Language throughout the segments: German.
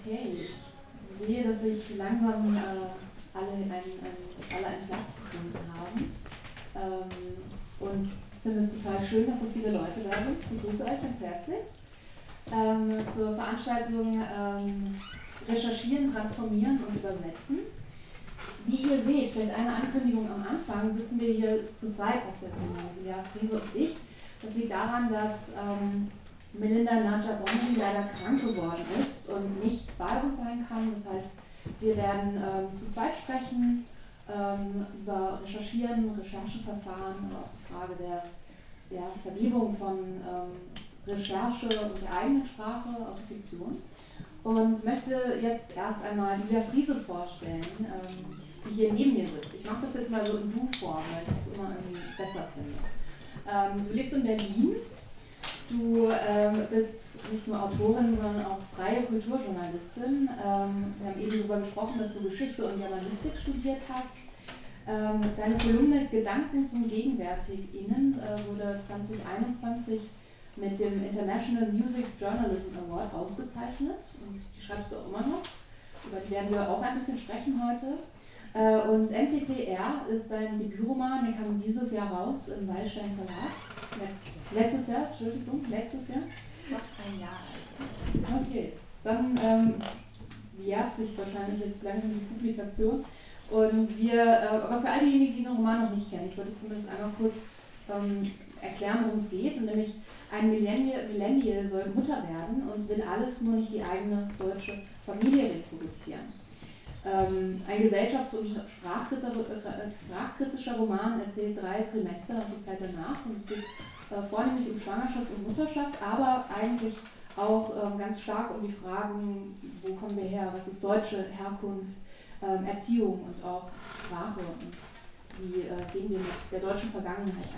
Okay, ich sehe, dass sich langsam alle einen Platz gefunden haben. Und finde es total schön, dass so viele Leute da sind. Ich begrüße euch ganz herzlich zur Veranstaltung Recherchieren, Transformieren und Übersetzen. Wie ihr seht, vielleicht eine Ankündigung am Anfang, sitzen wir hier zu zweit auf der Bühne, Julia Friese und ich. Das liegt daran, dass Melinda Najaboni leider krank geworden ist und nicht bei uns sein kann. Das heißt, wir werden zu zweit sprechen über Recherchieren, Rechercheverfahren, aber auch die Frage der Verwebung von Recherche und der eigenen Sprache, Autofiktion. Und möchte jetzt erst einmal Julia Friese vorstellen, die hier neben mir sitzt. Ich mache das jetzt mal so in Du-Form, weil ich das immer irgendwie besser finde. Du lebst in Berlin. Du bist nicht nur Autorin, sondern auch freie Kulturjournalistin. Wir haben eben darüber gesprochen, dass du Geschichte und Germanistik studiert hast. Deine Kolumne Gedanken zum GegenwärtigInnen wurde 2021 mit dem International Music Journalism Award ausgezeichnet. Und die schreibst du auch immer noch. Über die werden wir auch ein bisschen sprechen heute. Und MTTR ist dein Debütroman, der kam dieses Jahr raus im Wallstein Verlag. Letztes Jahr. Fast ein Jahr alt. Okay, dann jährt sich wahrscheinlich jetzt langsam die Publikation. Und aber für all diejenigen, die den Roman noch nicht kennen, ich wollte zumindest einmal kurz erklären, worum es geht. Und nämlich ein Millennial soll Mutter werden und will alles, nur nicht die eigene deutsche Familie reproduzieren. Ein gesellschafts- und sprachkritischer Roman erzählt 3 Trimester und die Zeit danach. Und es geht vornehmlich um Schwangerschaft und Mutterschaft, aber eigentlich auch ganz stark um die Fragen, wo kommen wir her, was ist deutsche Herkunft, Erziehung und auch Sprache und wie gehen wir mit der deutschen Vergangenheit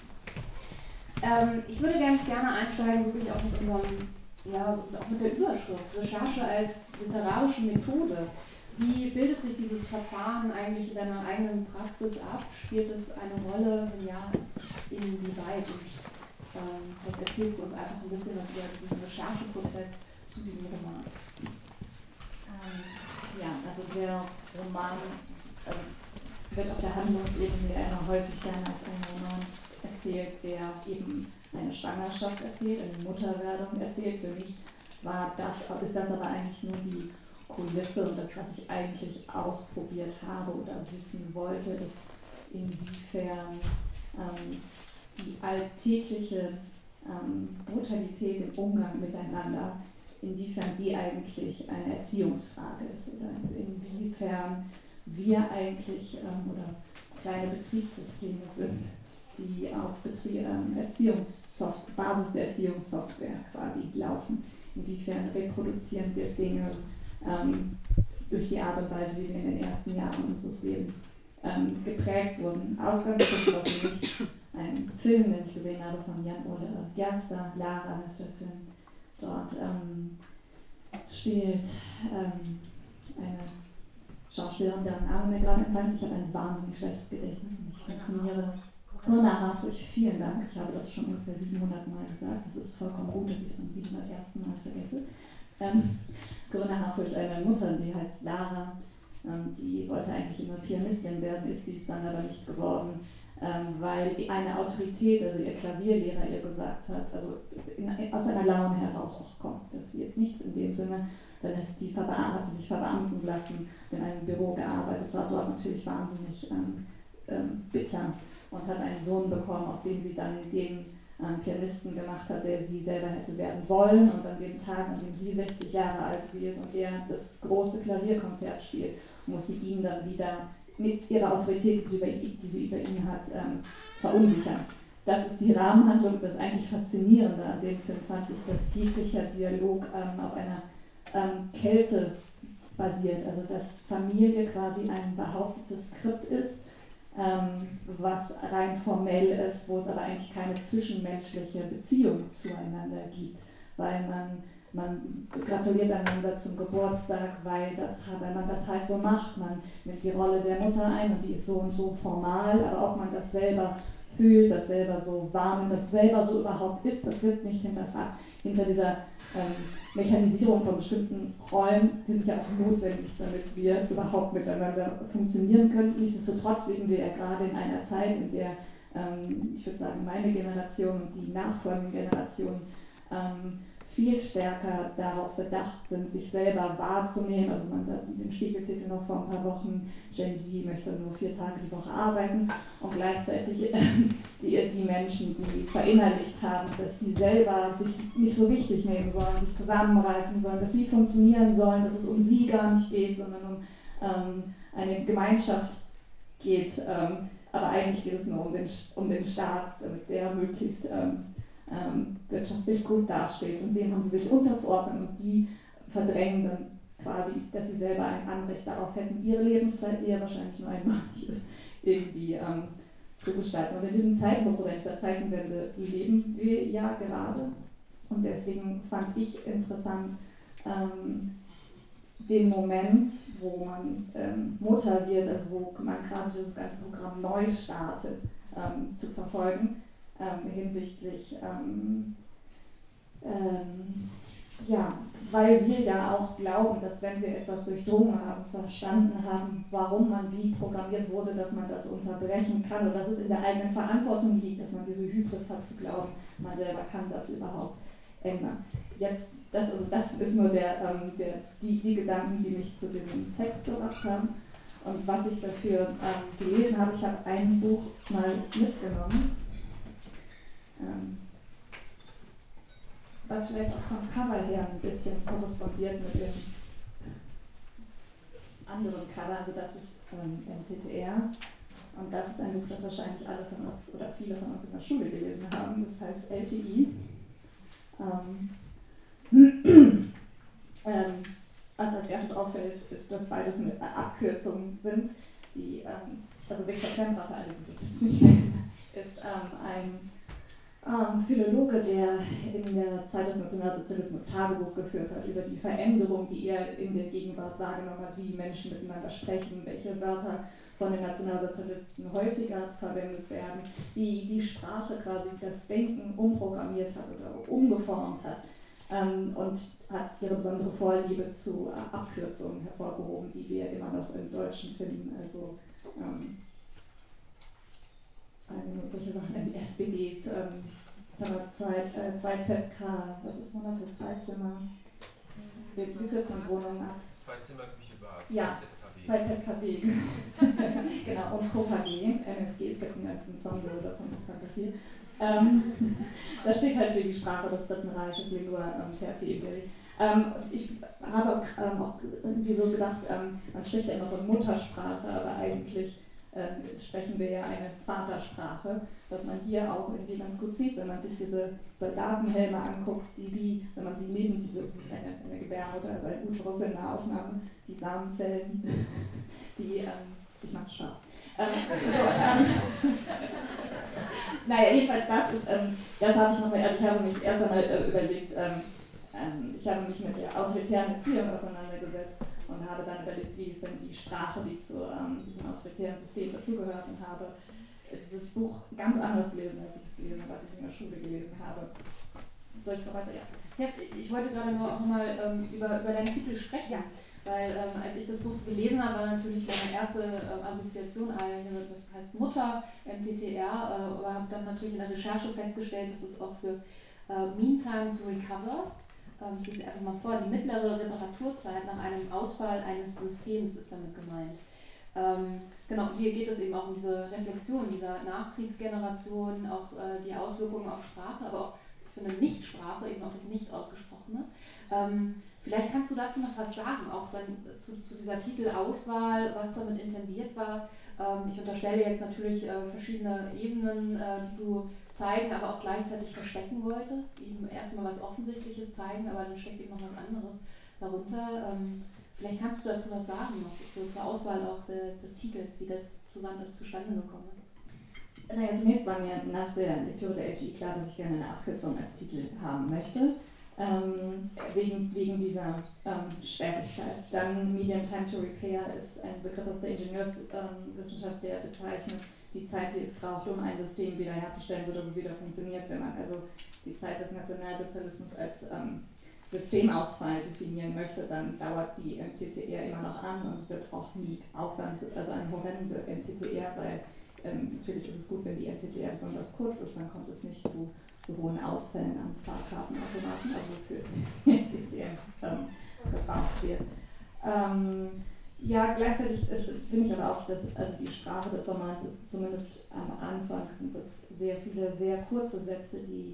eigentlich. Ich würde ganz gerne einsteigen, wirklich auch mit auch mit der Überschrift, Recherche als literarische Methode. Wie bildet sich dieses Verfahren eigentlich in deiner eigenen Praxis ab? Spielt es eine Rolle? Wenn ja, inwieweit? Und vielleicht erzählst du uns einfach ein bisschen was über diesen Rechercheprozess zu diesem Roman. Also der Roman wird auf der Handlungsebene immer häufig gerne als ein Roman erzählt, der eben eine Schwangerschaft erzählt, eine Mutterwerdung erzählt. Für mich ist das aber eigentlich nur die Kulisse und das, was ich eigentlich ausprobiert habe oder wissen wollte, ist, inwiefern die alltägliche Brutalität im Umgang miteinander, inwiefern die eigentlich eine Erziehungsfrage ist oder inwiefern wir eigentlich oder kleine Betriebssysteme sind, die auf Basis der Erziehungssoftware quasi laufen. Inwiefern reproduzieren wir Dinge durch die Art und Weise, wie wir in den ersten Jahren unseres Lebens geprägt wurden. Ausgangspunkt war für mich ein Film, den ich gesehen habe von Jan-Ole Gerster, Lara heißt der Film. Dort spielt eine Schauspielerin, deren Name mir gerade entfallen ist. Ich habe ein wahnsinnig schlechtes Gedächtnis und ich funktioniere nur nachhaltig. Vielen Dank. Ich habe das schon ungefähr 700 Mal gesagt. Das ist vollkommen gut, dass ich es beim 701. Mal vergesse. Corinna Harfurcht, eine Mutter, die heißt Lara, die wollte eigentlich immer Pianistin werden, ist dies dann aber nicht geworden, weil eine Autorität, also ihr Klavierlehrer, ihr gesagt hat, also aus einer Laune heraus auch kommt, das wird nichts in dem Sinne, dann hat sie sich verbeamten lassen, in einem Büro gearbeitet, war dort natürlich wahnsinnig bitter und hat einen Sohn bekommen, aus dem sie dann den Pianisten gemacht hat, der sie selber hätte werden wollen, und an dem Tag, an dem sie 60 Jahre alt wird und er das große Klavierkonzert spielt, muss sie ihn dann wieder mit ihrer Autorität, die sie über ihn hat, verunsichern. Das ist die Rahmenhandlung. Das eigentlich Faszinierende an dem Film fand ich, dass jeglicher Dialog auf einer Kälte basiert, also dass Familie quasi ein behauptetes Skript ist, was rein formell ist, wo es aber eigentlich keine zwischenmenschliche Beziehung zueinander gibt, weil man gratuliert einander zum Geburtstag, weil man das halt so macht, man nimmt die Rolle der Mutter ein und die ist so und so formal, aber ob man das selber fühlt, das selber so wahrnimmt, das selber so überhaupt ist, das wird nicht hinterfragt. Hinter dieser Mechanisierung von bestimmten Rollen sind ja auch notwendig, damit wir überhaupt miteinander funktionieren können. Nichtsdestotrotz leben wir ja gerade in einer Zeit, in der, ich würde sagen, meine Generation und die nachfolgenden Generationen viel stärker darauf bedacht sind, sich selber wahrzunehmen. Also man hat den Spiegeltitel noch vor ein paar Wochen, Gen Z möchte nur 4 Tage die Woche arbeiten, und gleichzeitig die Menschen, die verinnerlicht haben, dass sie selber sich nicht so wichtig nehmen sollen, sich zusammenreißen sollen, dass sie funktionieren sollen, dass es um sie gar nicht geht, sondern um eine Gemeinschaft geht. Aber eigentlich geht es nur um den Staat, damit der möglichst wirtschaftlich gut dasteht, und dem haben sie sich unterzuordnen, und die verdrängen dann quasi, dass sie selber ein Anrecht darauf hätten, ihre Lebenszeit, die ja wahrscheinlich nur einmalig ist, irgendwie zu gestalten. Und in diesen Zeiten, oder in dieser Zeitenwende, leben wir ja gerade, und deswegen fand ich interessant, den Moment, wo man Mutter wird, also wo man quasi dieses ganze Programm neu startet, zu verfolgen. Hinsichtlich, ja, weil wir ja auch glauben, dass wenn wir etwas durchdrungen haben, verstanden haben, warum man wie programmiert wurde, dass man das unterbrechen kann, oder dass es in der eigenen Verantwortung liegt, dass man diese Hybris hat zu glauben, man selber kann das überhaupt ändern. Jetzt, das ist nur die Gedanken, die mich zu diesem Text gebracht haben. Und was ich dafür gelesen habe, ich habe ein Buch mal mitgenommen, was vielleicht auch vom Cover her ein bisschen korrespondiert mit dem anderen Cover. Also das ist MTTR, und das ist ein Buch, das wahrscheinlich alle von uns oder viele von uns in der Schule gelesen haben. Das heißt LTI. Was als erstes auffällt, ist, dass beides mit Abkürzungen sind. Also Viktor Klemperer, für alle, die das jetzt nicht kennen, ist ein Philologe, der in der Zeit des Nationalsozialismus Tagebuch geführt hat über die Veränderung, die er in der Gegenwart wahrgenommen hat, wie Menschen miteinander sprechen, welche Wörter von den Nationalsozialisten häufiger verwendet werden, wie die Sprache quasi das Denken umprogrammiert hat oder umgeformt hat, und hat ihre besondere Vorliebe zu Abkürzungen hervorgehoben, die wir immer noch im Deutschen finden. Also 2 Minuten, welche waren die SBB, 2ZK, was ist man da für Zweizimmer? Wie kürzt man Wohnungen ab? 2 Zimmer, Küche, Bad, 2ZKW. Genau, und KKG, MFG, es gibt einen ganzen Ensemble davon, KKG. Das steht halt für die Sprache des Dritten Reiches, Lingua Tertii Iberi. Ich habe auch irgendwie so gedacht, man spricht ja immer von Muttersprache, aber eigentlich sprechen wir ja eine Vatersprache, was man hier auch irgendwie ganz gut sieht, wenn man sich diese Soldatenhelme anguckt, die wie, wenn man sie neben diese, das ist eine Gebärmutter, also ein Uterus in Nahaufnahmen, die Samenzellen, die, ich mache Spaß. Naja, jedenfalls das habe ich nochmal, also ich habe mich erst einmal überlegt, ich habe mich mit der autoritären Erziehung auseinandergesetzt und habe dann überlegt, wie ist denn die Sprache, die zu diesem autoritären System dazugehört, und habe dieses Buch ganz anders gelesen, als ich es gelesen habe, als ich es in der Schule gelesen habe. Soll ich noch weiter? Ja. Ja, ich wollte gerade nur auch mal über deinen Titel sprechen, weil als ich das Buch gelesen habe, war natürlich meine erste Assoziation, das heißt Mutter, MTTR, aber habe dann natürlich in der Recherche festgestellt, dass es auch für Meantime to Recover, ich lese einfach mal vor, die mittlere Reparaturzeit nach einem Ausfall eines Systems ist damit gemeint. Genau, hier geht es eben auch um diese Reflexion dieser Nachkriegsgeneration, auch die Auswirkungen auf Sprache, aber auch für eine Nichtsprache, eben auch das Nicht-Ausgesprochene. Vielleicht kannst du dazu noch was sagen, auch dann zu dieser Titelauswahl, was damit intendiert war. Ich unterstelle jetzt natürlich verschiedene Ebenen, die du zeigen, aber auch gleichzeitig verstecken wolltest. Eben erstmal was Offensichtliches zeigen, aber dann steckt eben noch was anderes darunter. Vielleicht kannst du dazu was sagen, noch zur Auswahl auch des Titels, wie das zustande gekommen ist. Naja, zunächst war mir nach der Lektüre der LTI klar, dass ich gerne eine Abkürzung als Titel haben möchte, wegen dieser Schwierigkeit. Dann Medium Time to Repair ist ein Begriff aus der Ingenieurswissenschaft, der bezeichnet die Zeit, die es braucht, um ein System wiederherzustellen, sodass es wieder funktioniert. Wenn man also die Zeit des Nationalsozialismus als Systemausfall definieren möchte, dann dauert die MTTR immer noch an und wird auch nie aufhören. Es ist also ein horrende MTTR, weil natürlich ist es gut, wenn die MTTR besonders kurz ist, dann kommt es nicht zu hohen Ausfällen an Fahrkartenautomaten, also für die MTTR gebraucht wird. Ja, gleichzeitig finde ich aber auch, dass also die Sprache des Romans ist, zumindest am Anfang sind das sehr viele, sehr kurze Sätze, die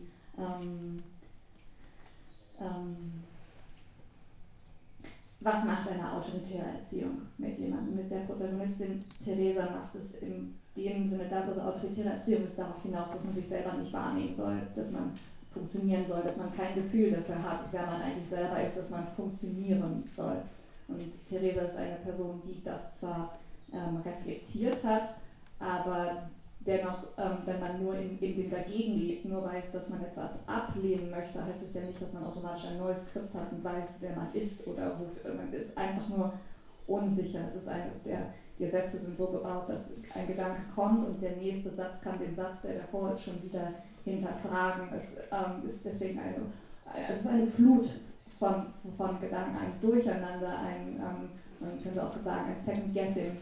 was macht eine autoritäre Erziehung mit jemandem? Mit der Protagonistin Theresa macht es in dem Sinne, dass es autoritäre Erziehung ist, darauf hinaus, dass man sich selber nicht wahrnehmen soll, dass man funktionieren soll, dass man kein Gefühl dafür hat, wer man eigentlich selber ist, dass man funktionieren soll. Und Theresa ist eine Person, die das zwar reflektiert hat, aber dennoch, wenn man nur in dem Dagegen lebt, nur weiß, dass man etwas ablehnen möchte, heißt es ja nicht, dass man automatisch ein neues Skript hat und weiß, wer man ist oder wofür man ist. Einfach nur unsicher. Es ist die Sätze sind so gebaut, dass ein Gedanke kommt und der nächste Satz kann den Satz, der davor ist, schon wieder hinterfragen. Es ist deswegen es ist eine Flut von Gedanken, ein Durcheinander, man könnte auch sagen, ein Second Guessing,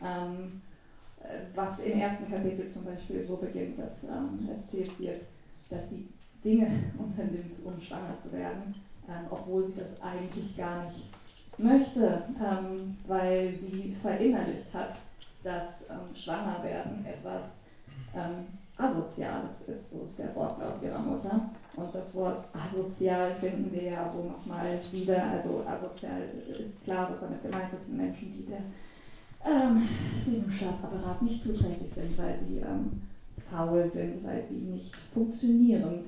was im ersten Kapitel zum Beispiel so beginnt, dass erzählt wird, dass sie Dinge unternimmt, um schwanger zu werden, obwohl sie das eigentlich gar nicht möchte, weil sie verinnerlicht hat, dass Schwangerwerden etwas Asoziales ist, so ist der Wortlaut ihrer Mutter. Und das Wort asozial finden wir ja wo nochmal wieder. Also asozial ist klar, was damit gemeint ist, sind Menschen, die dem Staatsapparat nicht zuträglich sind, weil sie faul sind, weil sie nicht funktionieren.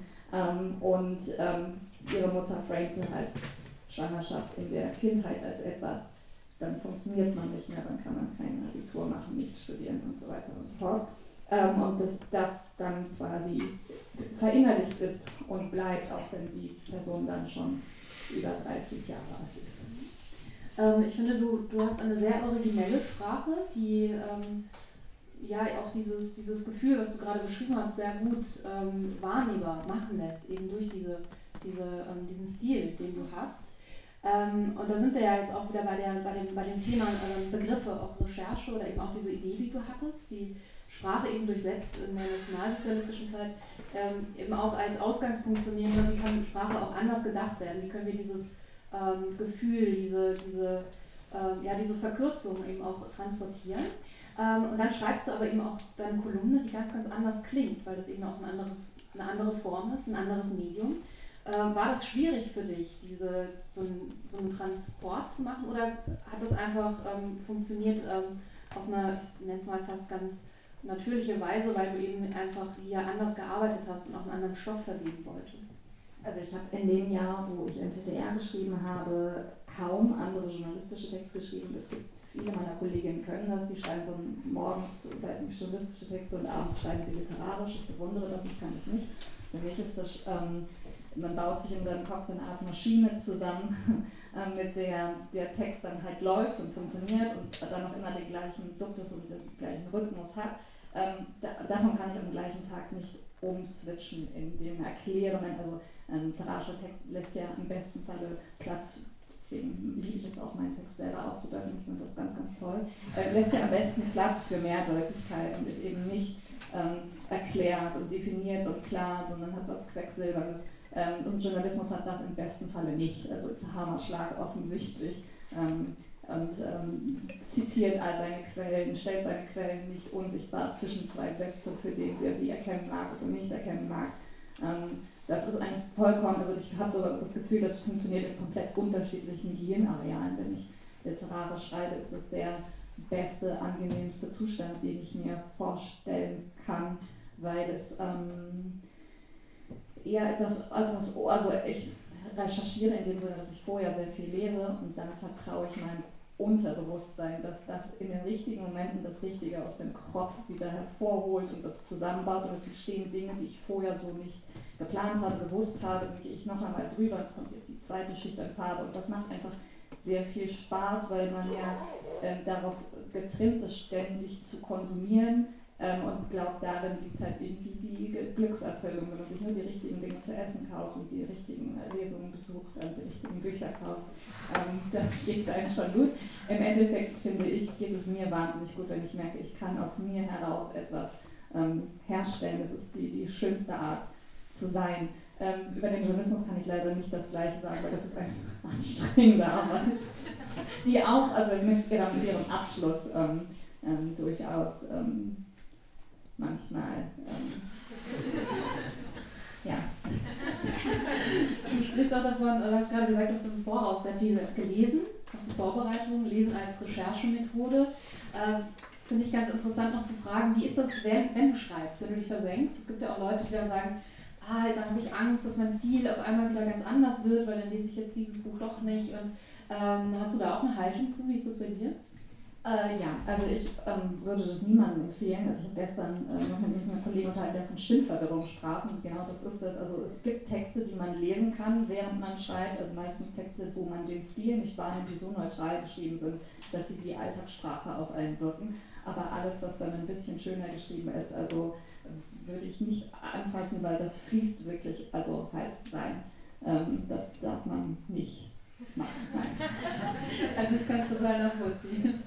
Ihre Mutter framte halt Schwangerschaft in der Kindheit als etwas, dann funktioniert man nicht mehr, dann kann man kein Abitur machen, nicht studieren und so weiter und so fort. Und dass das dann quasi verinnerlicht ist und bleibt, auch wenn die Person dann schon über 30 Jahre alt ist. Ich finde, du hast eine sehr originelle Sprache, die ja auch dieses Gefühl, was du gerade beschrieben hast, sehr gut wahrnehmbar machen lässt, eben durch diesen Stil, den du hast. Und da sind wir ja jetzt auch wieder bei dem Thema Begriffe, auch Recherche oder eben auch diese Idee, die du hattest, die Sprache eben durchsetzt in der nationalsozialistischen Zeit, eben auch als Ausgangspunkt zu nehmen, wie kann Sprache auch anders gedacht werden, wie können wir dieses Gefühl, diese Verkürzung eben auch transportieren. Und dann schreibst du aber eben auch deine Kolumne, die ganz, ganz anders klingt, weil das eben auch eine andere Form ist, ein anderes Medium. War das schwierig für dich, so einen Transport zu machen, oder hat das einfach funktioniert auf einer, ich nenne es mal fast ganz natürliche Weise, weil du eben einfach hier anders gearbeitet hast und auch einen anderen Stoff verdienen wolltest? Also ich habe in dem Jahr, wo ich MTTR geschrieben habe, kaum andere journalistische Texte geschrieben. Es gibt viele meiner Kolleginnen können das, die schreiben von morgens journalistische Texte und abends schreiben sie literarisch. Ich bewundere das, ich kann das nicht. Für mich ist das, man baut sich in seinem Kopf so eine Art Maschine zusammen, mit der Text dann halt läuft und funktioniert und dann noch immer den gleichen Duktus und den gleichen Rhythmus hat. Davon kann ich am gleichen Tag nicht umswitchen in den Erklärungen. Also ein literarischer Text lässt ja im besten Falle Platz, deswegen liebe ich es auch, meinen Text selber auszudeuten, ich finde das ganz, ganz toll, lässt ja am besten Platz für Mehrdeutigkeit und ist eben nicht erklärt und definiert und klar, sondern hat was Quecksilbernes. Und Journalismus hat das im besten Falle nicht, also ist Hammerschlag offensichtlich. Zitiert all seine Quellen, stellt seine Quellen nicht unsichtbar zwischen zwei Sätze, für den der sie erkennen mag oder nicht erkennen mag. Das ist ein vollkommen, also ich habe so das Gefühl, das funktioniert in komplett unterschiedlichen Gehirnarealen. Wenn ich literarisch schreibe, ist das der beste, angenehmste Zustand, den ich mir vorstellen kann, weil es eher etwas, also ich recherchiere in dem Sinne, dass ich vorher sehr viel lese und dann vertraue ich meinem Unterbewusstsein, dass das in den richtigen Momenten das Richtige aus dem Kopf wieder hervorholt und das zusammenbaut und es entstehen Dinge, die ich vorher so nicht geplant habe, gewusst habe, dann gehe ich noch einmal drüber, es kommt jetzt die zweite Schicht an Farbe und das macht einfach sehr viel Spaß, weil man ja darauf getrimmt ist, ständig zu konsumieren, Und glaube, darin liegt halt irgendwie die Glückserfüllung, wenn man sich nur die richtigen Dinge zu essen kauft und die richtigen Lesungen besucht, die richtigen Bücher kauft, dann geht es einem schon gut. Im Endeffekt finde ich, geht es mir wahnsinnig gut, wenn ich merke, ich kann aus mir heraus etwas herstellen. Das ist die schönste Art zu sein. Über den Journalismus kann ich leider nicht das Gleiche sagen, weil das ist eine anstrengende Arbeit, die auch also mit ihrem Abschluss durchaus manchmal, ja. Du sprichst auch davon, du hast gerade gesagt, du hast im Voraus sehr viel gelesen, auch zur Vorbereitung, Lesen als Recherchemethode. Finde ich ganz interessant noch zu fragen, wie ist das, wenn du schreibst, wenn du dich versenkst? Es gibt ja auch Leute, die dann sagen, dann habe ich Angst, dass mein Stil auf einmal wieder ganz anders wird, weil dann lese ich jetzt dieses Buch doch nicht. Und hast du da auch eine Haltung zu? Wie ist das bei dir? Ja, also ich würde das niemandem empfehlen. Also ich habe gestern noch mit einem Kollegen unterhalten, der von Stimmverwirrung sprach, und genau das ist das. Also es gibt Texte, die man lesen kann, während man schreibt, also meistens Texte, wo man den Stil nicht wahrnimmt, die so neutral geschrieben sind, dass sie wie Alltagssprache auf einen wirken. Aber alles, was dann ein bisschen schöner geschrieben ist, also würde ich nicht anfassen, weil das fließt wirklich, also halt rein. Das darf man nicht machen. Nein. Also ich kann es total nachvollziehen.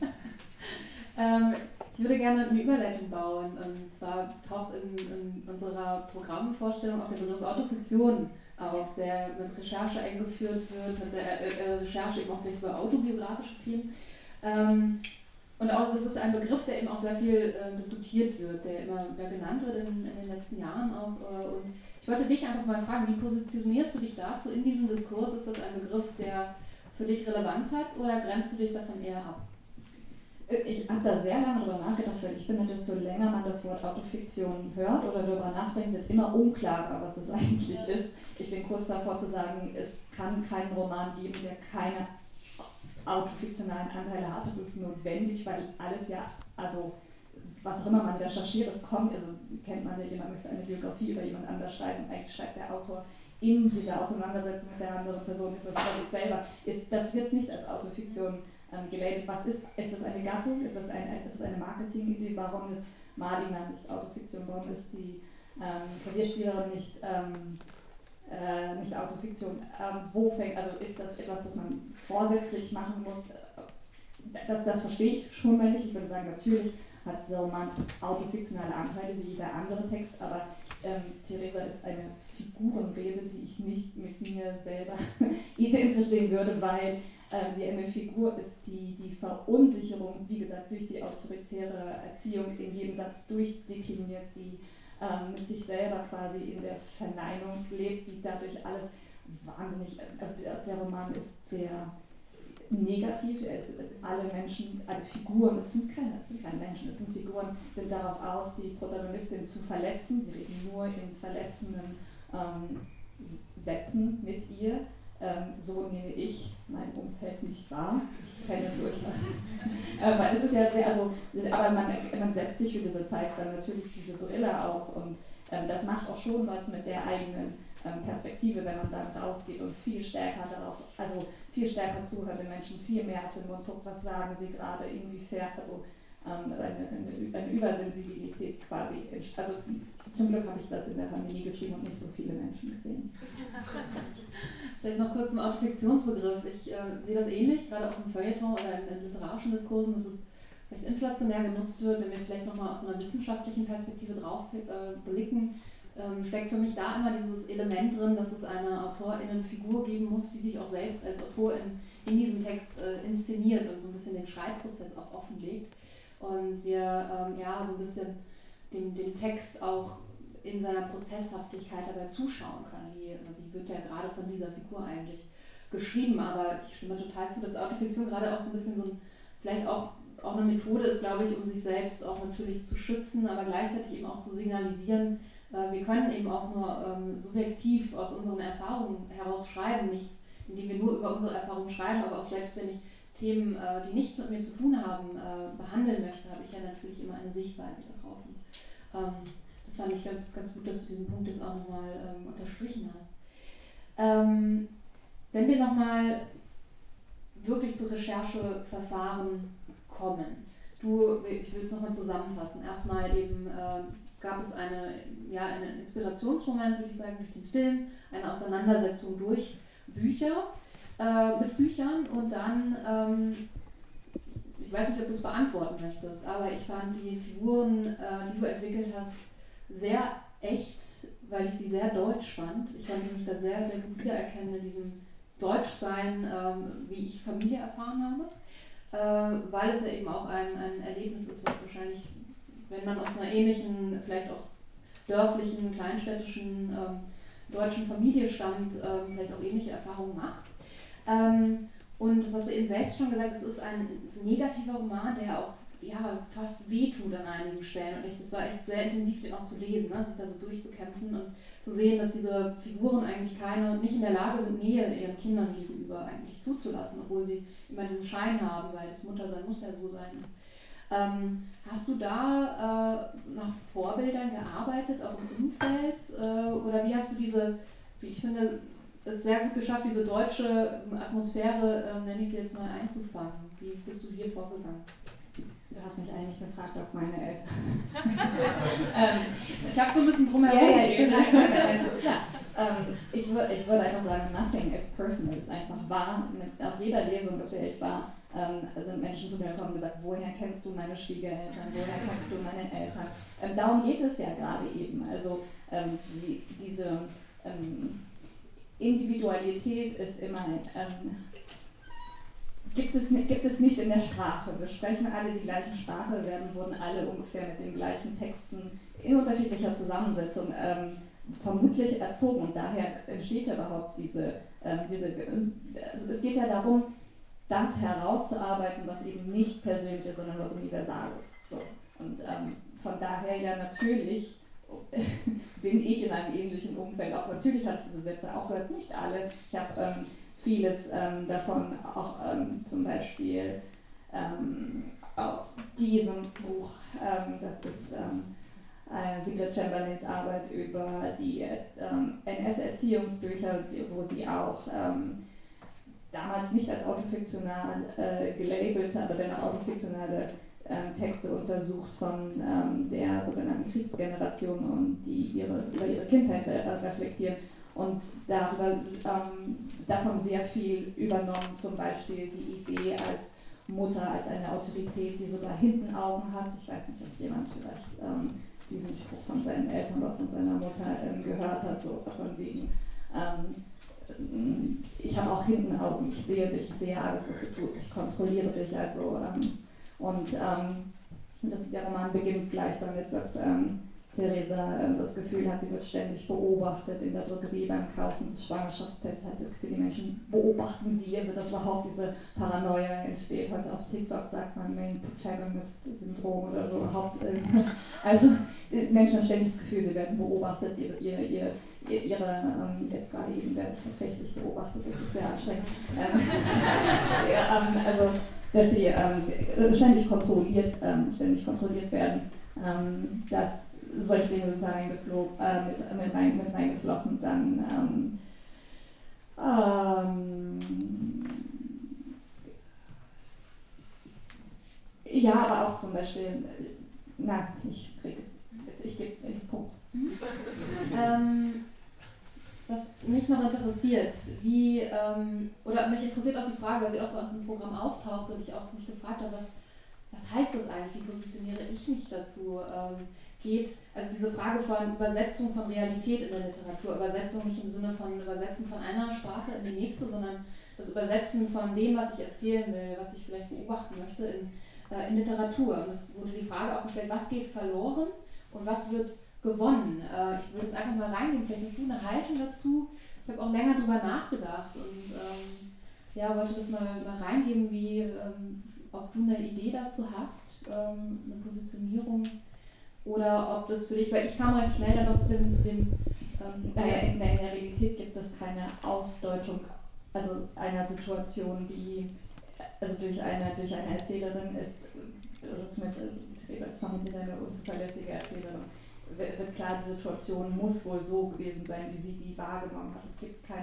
Ich würde gerne eine Überleitung bauen. Und zwar taucht in unserer Programmvorstellung auch der Begriff Autofiktion auf, der mit Recherche eingeführt wird, mit der Recherche eben auch vielleicht über autobiografische Themen. Und auch das ist ein Begriff, der eben auch sehr viel diskutiert wird, der immer mehr genannt wird in den letzten Jahren auch. Und ich wollte dich einfach mal fragen, wie positionierst du dich dazu in diesem Diskurs? Ist das ein Begriff, der für dich Relevanz hat, oder grenzt du dich davon eher ab? Ich habe da sehr lange drüber nachgedacht, weil ich finde, desto länger man das Wort Autofiktion hört oder darüber nachdenkt, wird immer unklarer, was es eigentlich ist. Ich bin kurz davor zu sagen, es kann keinen Roman geben, der keine autofiktionalen Anteile hat. Das ist notwendig, weil alles ja, also was auch immer man recherchiert, es kommt, also kennt man ja, jemand möchte eine Biografie über jemand anders schreiben, eigentlich schreibt der Autor in dieser Auseinandersetzung mit der anderen Person etwas über sich selber. Das wird nicht als Autofiktion gelabelt. Was ist das eine Gattung? Ist das eine Marketingidee? Warum ist Marlina nicht Autofiktion? Warum ist die Klavierspielerin nicht Autofiktion? Wo fängt, also ist das etwas, das man vorsätzlich machen muss? Das verstehe ich schon mal nicht. Ich würde sagen, natürlich hat dieser Roman autofiktionale Anteile wie jeder andere Text, aber Theresa ist eine Figurenrede, die ich nicht mit mir selber identisch sehen würde, weil sie eine Figur ist, die Verunsicherung, wie gesagt, durch die autoritäre Erziehung in jedem Satz durchdekliniert, die mit sich selber quasi in der Verneinung lebt, die dadurch alles wahnsinnig, also der Roman ist sehr negativ, alle Menschen, alle Figuren, es sind keine Menschen, es sind Figuren, sind darauf aus, die Protagonistin zu verletzen, sie reden nur in verletzenden Sätzen mit ihr. So nehme ich mein Umfeld nicht wahr. Ich kenne durchaus. Weil es ist ja sehr, also, aber man setzt sich für diese Zeit dann natürlich diese Brille auf, und das macht auch schon was mit der eigenen Perspektive, wenn man dann rausgeht und viel stärker darauf, also viel stärker zuhört, den Menschen viel mehr auf den Mund guckt, was sagen sie gerade, inwiefern, also eine Übersensibilität quasi. Also zum Glück habe ich das in der Pandemie geschrieben und nicht so viele Menschen gesehen. Vielleicht noch kurz zum Autofiktionsbegriff. Ich sehe das ähnlich, gerade auch im Feuilleton oder in literarischen Diskursen, dass es vielleicht inflationär genutzt wird. Wenn wir vielleicht nochmal aus einer wissenschaftlichen Perspektive drauf blicken, steckt für mich da immer dieses Element drin, dass es eine AutorInnen-Figur geben muss, die sich auch selbst als Autorin in diesem Text inszeniert und so ein bisschen den Schreibprozess auch offenlegt. Und wir so ein bisschen dem Text auch in seiner Prozesshaftigkeit dabei zuschauen können. Wie wird der gerade von dieser Figur eigentlich geschrieben? Aber ich stimme total zu, dass Autofiktion gerade auch so ein bisschen vielleicht auch eine Methode ist, glaube ich, um sich selbst auch natürlich zu schützen, aber gleichzeitig eben auch zu signalisieren, wir können eben auch nur subjektiv aus unseren Erfahrungen heraus schreiben, nicht indem wir nur über unsere Erfahrungen schreiben, aber auch selbst wenn ich Themen, die nichts mit mir zu tun haben, behandeln möchte, habe ich ja natürlich immer eine Sichtweise darauf. Das fand ich ganz, ganz gut, dass du diesen Punkt jetzt auch nochmal unterstrichen hast. Wenn wir nochmal wirklich zu Rechercheverfahren kommen, ich will es nochmal zusammenfassen. Erstmal eben gab es einen Inspirationsmoment, würde ich sagen, durch den Film, eine Auseinandersetzung durch Bücher, mit Büchern und dann, ich weiß nicht, ob du es beantworten möchtest, aber ich fand die Figuren, die du entwickelt hast, sehr echt, weil ich sie sehr deutsch fand. Ich konnte mich da sehr, sehr gut wiedererkennen in diesem Deutschsein, wie ich Familie erfahren habe, weil es ja eben auch ein Erlebnis ist, was wahrscheinlich, wenn man aus einer ähnlichen, vielleicht auch dörflichen, kleinstädtischen deutschen Familie stammt, vielleicht auch ähnliche Erfahrungen macht. Und das hast du eben selbst schon gesagt, es ist ein negativer Roman, der auch fast wehtut an einigen Stellen. Und das war echt sehr intensiv, den auch zu lesen, ne? Sich da so durchzukämpfen und zu sehen, dass diese Figuren eigentlich nicht in der Lage sind, Nähe ihren Kindern gegenüber eigentlich zuzulassen, obwohl sie immer diesen Schein haben, weil das Muttersein muss ja so sein. Hast du da nach Vorbildern gearbeitet, auch im Umfeld? Oder wie hast du wie ich finde, es sehr gut geschafft, diese deutsche Atmosphäre, nenne ich sie jetzt mal, einzufangen? Wie bist du hier vorgegangen? Du hast mich eigentlich gefragt, ob meine Eltern. Ich habe so ein bisschen drumherum. Ich würde einfach sagen, nothing is personal. Es ist einfach wahr. Auf jeder Lesung, auf der ich war, sind Menschen zu mir gekommen und gesagt, woher kennst du meine Schwiegereltern, woher kennst du meine Eltern? Darum geht es ja gerade eben. Also diese Individualität ist immer gibt es nicht in der Sprache. Wir sprechen alle die gleiche Sprache, wurden alle ungefähr mit den gleichen Texten in unterschiedlicher Zusammensetzung vermutlich erzogen und daher entsteht ja überhaupt also es geht ja darum, das herauszuarbeiten, was eben nicht persönlich ist, sondern was universal ist. So. Und von daher ja natürlich bin ich in einem ähnlichen Umfeld. Auch natürlich habe ich diese Sätze auch gehört, nicht alle. Ich habe vieles davon auch zum Beispiel aus diesem Buch, das ist Sigrid Chamberlains Arbeit über die NS-Erziehungsbücher, wo sie auch damals nicht als autofiktional gelabelte, aber dennoch autofiktionale Texte untersucht von der sogenannten Kriegsgeneration und die über ihre Kindheit reflektieren und davon sehr viel übernommen, zum Beispiel die Idee als Mutter, als eine Autorität, die sogar hinten Augen hat. Ich weiß nicht, ob jemand vielleicht diesen Spruch von seinen Eltern oder von seiner Mutter gehört hat, so von wegen ich habe auch hinten Augen, ich sehe dich, ich sehe alles, was du tust, ich kontrolliere dich, also der Roman beginnt gleich damit, dass Theresa das Gefühl hat, sie wird ständig beobachtet in der Drogerie beim Kaufen des Schwangerschaftstests, hat das Gefühl, die Menschen beobachten sie, also dass überhaupt diese Paranoia entsteht. Heute auf TikTok sagt man Main Protagonist-Syndrom oder so, also Menschen haben ständig das Gefühl, sie werden beobachtet, ihre jetzt gerade eben werde ich tatsächlich beobachtet, das ist sehr anstrengend. Also, dass sie ständig kontrolliert werden, dass solche Dinge sind da mit reingeflossen. Dann ja, aber auch zum Beispiel, ich gebe den Punkt. Was mich noch interessiert, oder mich interessiert auch die Frage, weil sie auch bei uns im Programm auftaucht und ich auch mich gefragt habe, was heißt das eigentlich, wie positioniere ich mich dazu? Also diese Frage von Übersetzung von Realität in der Literatur, Übersetzung nicht im Sinne von Übersetzen von einer Sprache in die nächste, sondern das Übersetzen von dem, was ich erzählen will, was ich vielleicht beobachten möchte in Literatur. Und es wurde die Frage auch gestellt, was geht verloren und was wird gewonnen. Ich würde es einfach mal reingehen, vielleicht hast du eine Haltung dazu. Ich habe auch länger darüber nachgedacht und wollte das mal reingeben, ob du eine Idee dazu hast, eine Positionierung oder ob das für dich, weil ich kam recht schnell dann noch zu dem in der Realität gibt es keine Ausdeutung, also einer Situation, die durch eine Erzählerin ist, oder zumindest Theresa ist vermutlich eine unzuverlässige Erzählerin, wird klar, die Situation muss wohl so gewesen sein, wie sie die wahrgenommen hat. Es gibt keine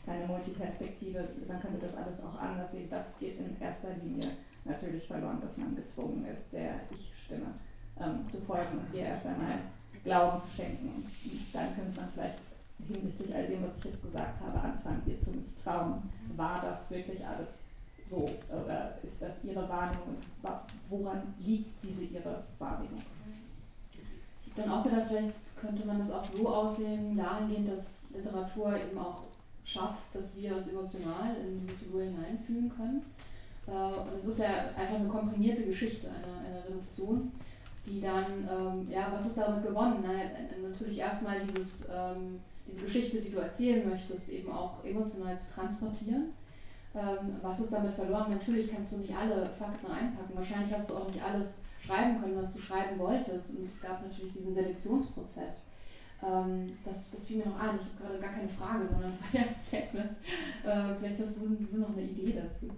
keine Multiperspektive, dann könnte das alles auch anders sehen. Das geht in erster Linie natürlich verloren, dass man gezwungen ist, der Ich-Stimme zu folgen und ihr erst einmal Glauben zu schenken. Und dann könnte man vielleicht hinsichtlich all dem, was ich jetzt gesagt habe, anfangen, ihr zu misstrauen. War das wirklich alles so? Oder ist das ihre Wahrnehmung? Woran liegt diese ihre Wahrnehmung? Ich habe dann auch gedacht, vielleicht könnte man das auch so auslegen, dahingehend, dass Literatur eben auch schafft, dass wir uns emotional in diese Figur hineinfühlen können. Und es ist ja einfach eine komprimierte Geschichte, eine Reduktion, die dann, was ist damit gewonnen? Natürlich erstmal diese Geschichte, die du erzählen möchtest, eben auch emotional zu transportieren. Was ist damit verloren? Natürlich kannst du nicht alle Fakten einpacken. Wahrscheinlich hast du auch nicht alles schreiben können, was du schreiben wolltest. Und es gab natürlich diesen Selektionsprozess. Das fiel mir noch ein. Ich habe gerade gar keine Frage, sondern es war ja ein Statement. Vielleicht hast du noch eine Idee dazu.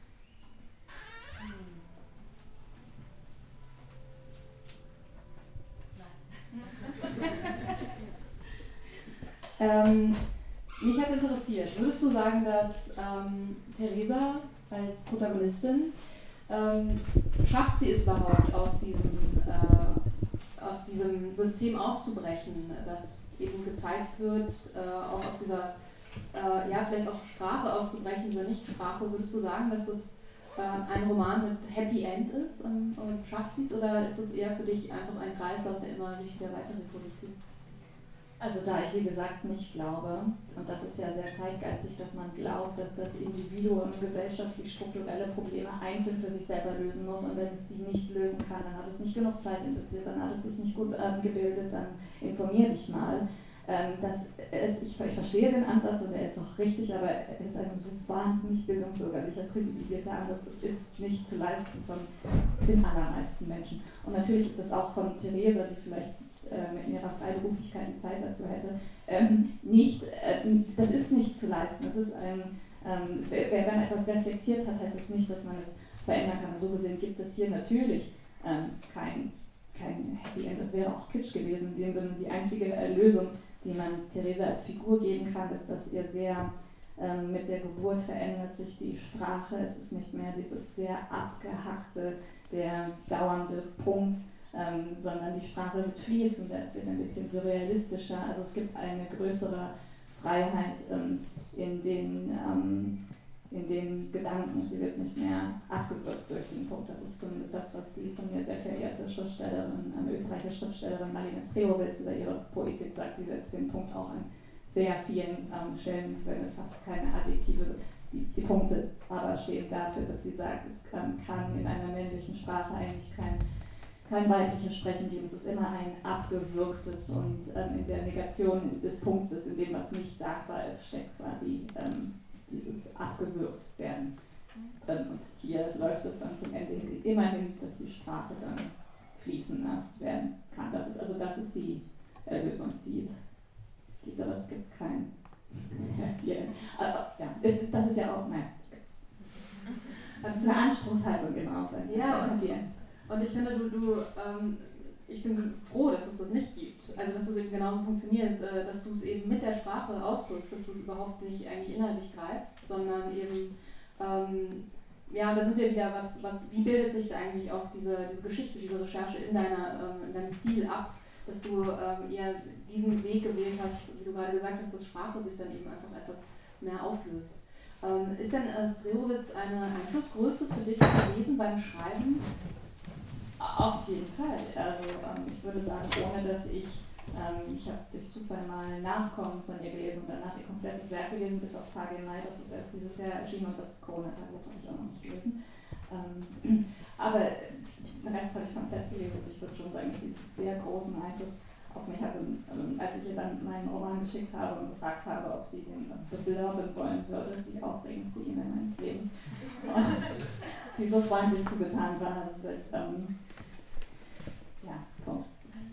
Mich hat interessiert, würdest du sagen, dass Theresa als Protagonistin schafft sie es überhaupt aus diesem System auszubrechen, das eben gezeigt wird, auch aus dieser, vielleicht auch Sprache auszubrechen, dieser Nichtsprache? Würdest du sagen, dass das ein Roman mit Happy End ist und schafft sie es, oder ist es eher für dich einfach ein Kreislauf, der immer sich wieder weiter reproduziert? Also da ich, wie gesagt, nicht glaube, und das ist ja sehr zeitgeistig, dass man glaubt, dass das Individuum gesellschaftlich strukturelle Probleme einzeln für sich selber lösen muss, und wenn es die nicht lösen kann, dann hat es nicht genug Zeit investiert, dann hat es sich nicht gut gebildet, dann informier dich mal. Ich verstehe den Ansatz und er ist auch richtig, aber er ist ein so wahnsinnig bildungsbürgerlicher, privilegierter Ansatz. Es ist nicht zu leisten von den allermeisten Menschen. Und natürlich ist es auch von Theresa, die vielleicht mit ihrer Freiberuflichkeit die Zeit dazu hätte, das ist nicht zu leisten. Das ist wenn man etwas reflektiert hat, heißt es nicht, dass man es verändern kann. Und so gesehen gibt es hier natürlich kein Happy End. Das wäre auch Kitsch gewesen, in dem Sinne die einzige Lösung, die man Theresa als Figur geben kann, ist, dass ihr sehr mit der Geburt verändert sich die Sprache. Es ist nicht mehr dieses sehr abgehackte, der dauernde Punkt, sondern die Sprache wird fließend, es wird ein bisschen surrealistischer, also es gibt eine größere Freiheit in den Gedanken, sie wird nicht mehr abgewürgt durch den Punkt. Das ist zumindest das, was die von mir sehr verehrte Schriftstellerin, österreichische Schriftstellerin Marlene Strewowitz über ihre Poetik sagt, die setzt den Punkt auch an sehr vielen Stellen, verwendet fast keine Adjektive. Die Punkte aber stehen dafür, dass sie sagt, es kann in einer männlichen Sprache eigentlich kein weibliches Sprechen geben. Es ist immer ein abgewürgtes, und in der Negation des Punktes, in dem was nicht sagbar ist, steckt quasi dieses abgewürgt werden. Und hier läuft es dann zum Ende immerhin, dass die Sprache dann fließender werden kann. Das ist die Lösung, die es gibt, aber es gibt kein das ist ja auch das ist eine Anspruchshaltung immer. Und ich finde, ich bin froh, dass es das nicht gibt. Also, dass es eben genauso funktioniert, dass du es eben mit der Sprache ausdrückst, dass du es überhaupt nicht eigentlich inhaltlich greifst, sondern eben, da sind wir wieder, wie bildet sich eigentlich auch diese Geschichte, diese Recherche in deinem Stil ab, dass du eher diesen Weg gewählt hast, wie du gerade gesagt hast, dass Sprache sich dann eben einfach etwas mehr auflöst. Ist denn Strewowitz eine Einflussgröße für dich gewesen beim Schreiben? Auf jeden Fall. Also ich würde sagen, ohne dass ich habe durch Zufall mal Nachkommen von ihr gelesen und danach ihr komplettes Werk gelesen, bis auf Tage im Mai, das ist erst dieses Jahr erschienen, und das Corona-Tagebuch habe ich auch noch nicht gelesen. Aber den Rest habe ich komplett gelesen, und ich würde schon sagen, dass sie sehr großen Einfluss auf mich hatte. Als ich ihr dann meinen Roman geschickt habe und gefragt habe, ob sie den bewerben wollen würde, die aufregendste E-Mail meines Lebens, und sie so freundlich zugetan war, dass Punkt.